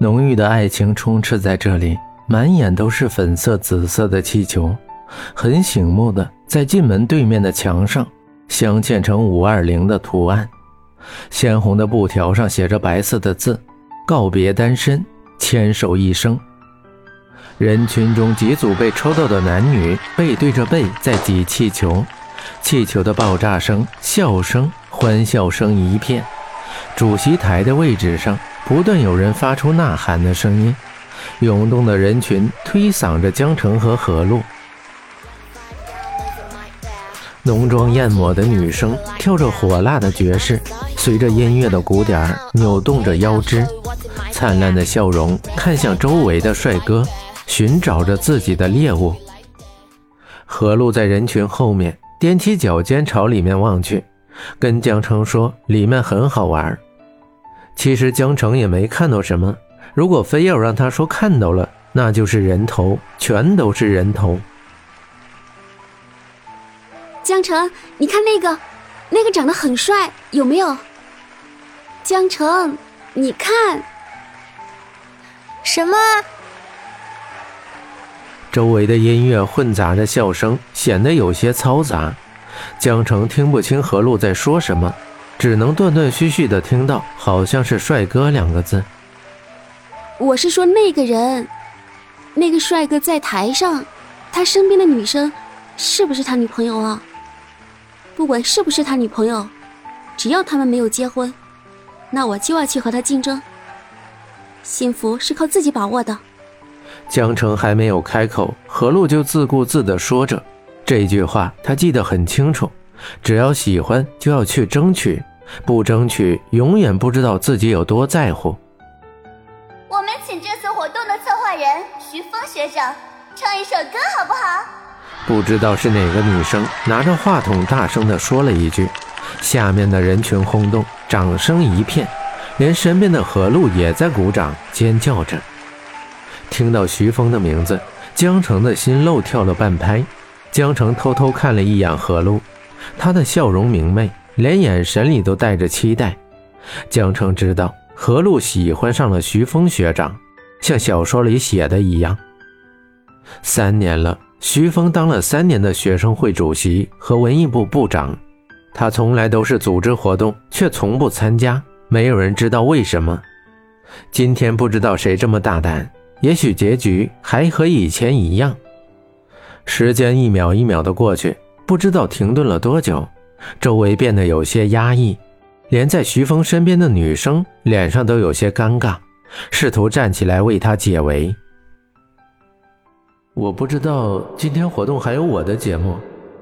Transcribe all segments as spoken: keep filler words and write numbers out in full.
浓郁的爱情充斥在这里，满眼都是粉色紫色的气球，很醒目的在进门对面的墙上镶嵌成五二零的图案，鲜红的布条上写着白色的字，告别单身，牵手一生。人群中几组被抽到的男女背对着背在挤气球，气球的爆炸声、笑声、欢笑声一片。主席台的位置上不断有人发出呐喊的声音，涌动的人群推搡着江澄和何璐。浓妆艳抹的女生跳着火辣的爵士，随着音乐的鼓点扭动着腰肢，灿烂的笑容看向周围的帅哥，寻找着自己的猎物。何璐在人群后面踮起脚尖朝里面望去，跟江澄说里面很好玩。其实江澄也没看到什么，如果非要让他说看到了，那就是人头，全都是人头。 江澄，你看那个那个长得很帅，有没有？江澄，你看。 什么？ 周围的音乐混杂着笑声，显得有些嘈杂。江澄听不清何璐在说什么，只能断断续续地听到好像是帅哥两个字。 我是说那个人，那个帅哥在台上，他身边的女生是不是他女朋友啊？不管是不是他女朋友，只要他们没有结婚，那我就要去和他竞争。幸福是靠自己把握的。 江澄还没有开口，何璐就自顾自地说着这句话，他记得很清楚，只要喜欢就要去争取，不争取永远不知道自己有多在乎。 我们请这次活动的策划人徐峰学长唱一首歌好不好？ 不知道是哪个女生拿着话筒大声地说了一句，下面的人群轰动，掌声一片，连身边的何璐也在鼓掌尖叫着。听到徐峰的名字，江澄的心漏跳了半拍。江澄偷偷看了一眼何璐，他的笑容明媚，连眼神里都带着期待。江澄知道何璐喜欢上了徐峰学长，像小说里写的一样。三年了，徐峰当了三年的学生会主席和文艺部部长，他从来都是组织活动，却从不参加，没有人知道为什么。今天不知道谁这么大胆，也许结局还和以前一样。时间一秒一秒的过去，不知道停顿了多久，周围变得有些压抑，连在徐峰身边的女生脸上都有些尴尬，试图站起来为他解围。我不知道今天活动还有我的节目。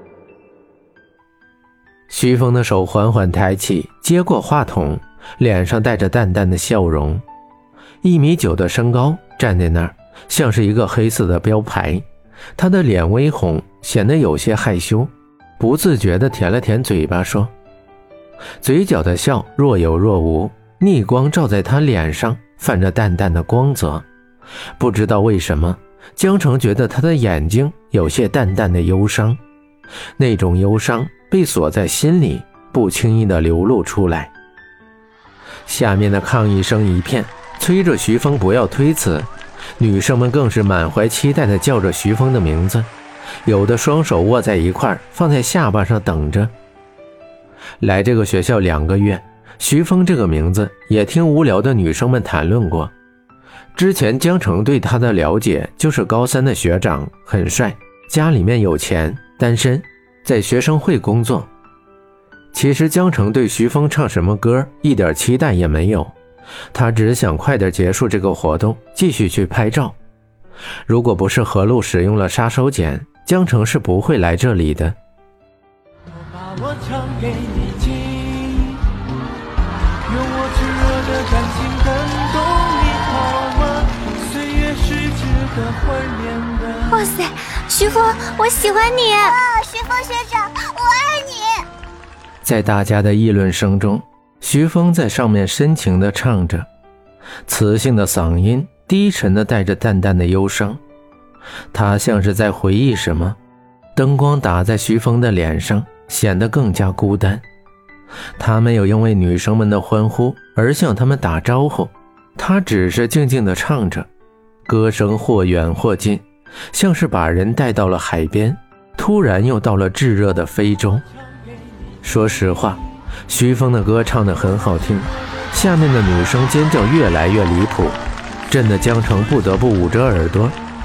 徐峰的手缓缓抬起，接过话筒，脸上带着淡淡的笑容。一米九的身高，站在那儿像是一个黑色的标牌。他的脸微红，显得有些害羞，不自觉地舔了舔嘴巴说，嘴角的笑若有若无，逆光照在他脸上，泛着淡淡的光泽。不知道为什么，江澄觉得他的眼睛有些淡淡的忧伤，那种忧伤被锁在心里，不轻易地流露出来。下面的抗议声一片，催着徐峰不要推辞，女生们更是满怀期待地叫着徐峰的名字，有的双手握在一块放在下巴上等着。来这个学校两个月，徐峰这个名字也听无聊的女生们谈论过。之前江澄对他的了解就是高三的学长，很帅，家里面有钱，单身，在学生会工作。其实江澄对徐峰唱什么歌一点期待也没有，他只想快点结束这个活动，继续去拍照。如果不是何璐使用了杀手锏，江澄是不会来这里的。 我把我唱给你听，用我炙热的感情感动你好吗？岁月是值得怀念的。 哇塞，徐峰，我喜欢你啊！徐峰学长，我爱你。 在大家的议论声中，徐峰在上面深情地唱着，磁性的嗓音低沉地带着淡淡的忧伤，他像是在回忆什么。灯光打在徐峰的脸上，显得更加孤单。他没有因为女生们的欢呼而向他们打招呼， 他只是静静地唱着，歌声或远或近，像是把人带到了海边，突然又到了炙热的非洲。说实话，徐峰的歌唱得很好听，下面的女生尖叫越来越离谱，震得江城不得不捂着耳朵。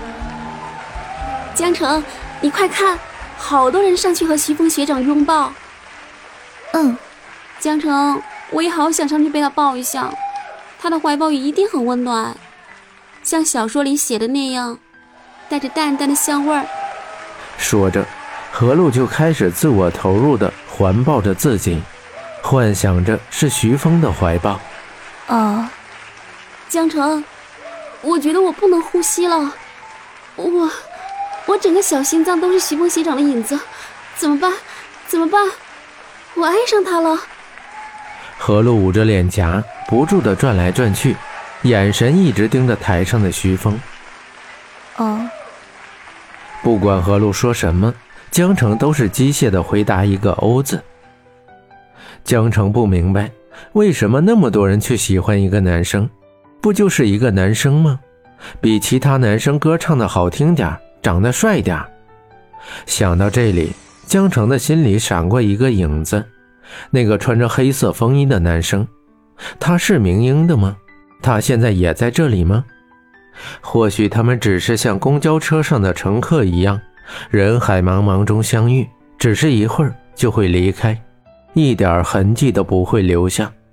江城，你快看，好多人上去和徐峰学长拥抱。 嗯， 江城，我也好想上去被他抱一下，他的怀抱一定很温暖，像小说里写的那样，带着淡淡的香味儿。 说着，何璐就开始自我投入地环抱着自己，幻想着是徐峰的怀抱。 哦， 江城，我觉得我不能呼吸了，我我整个小心脏都是徐峰学长的影子，怎么办？怎么办？我爱上他了。 何璐捂着脸颊，不住地转来转去，眼神一直盯着台上的徐峰。 哦， 不管何璐说什么，江城都是机械地回答一个欧字。江城不明白，为什么那么多人却喜欢一个男生，不就是一个男生吗？比其他男生歌唱的好听点，长得帅点。想到这里，江城的心里闪过一个影子，那个穿着黑色风衣的男生，他是明英的吗？他现在也在这里吗？或许他们只是像公交车上的乘客一样，人海茫茫中相遇，只是一会儿就会离开，一点痕迹都不会留下。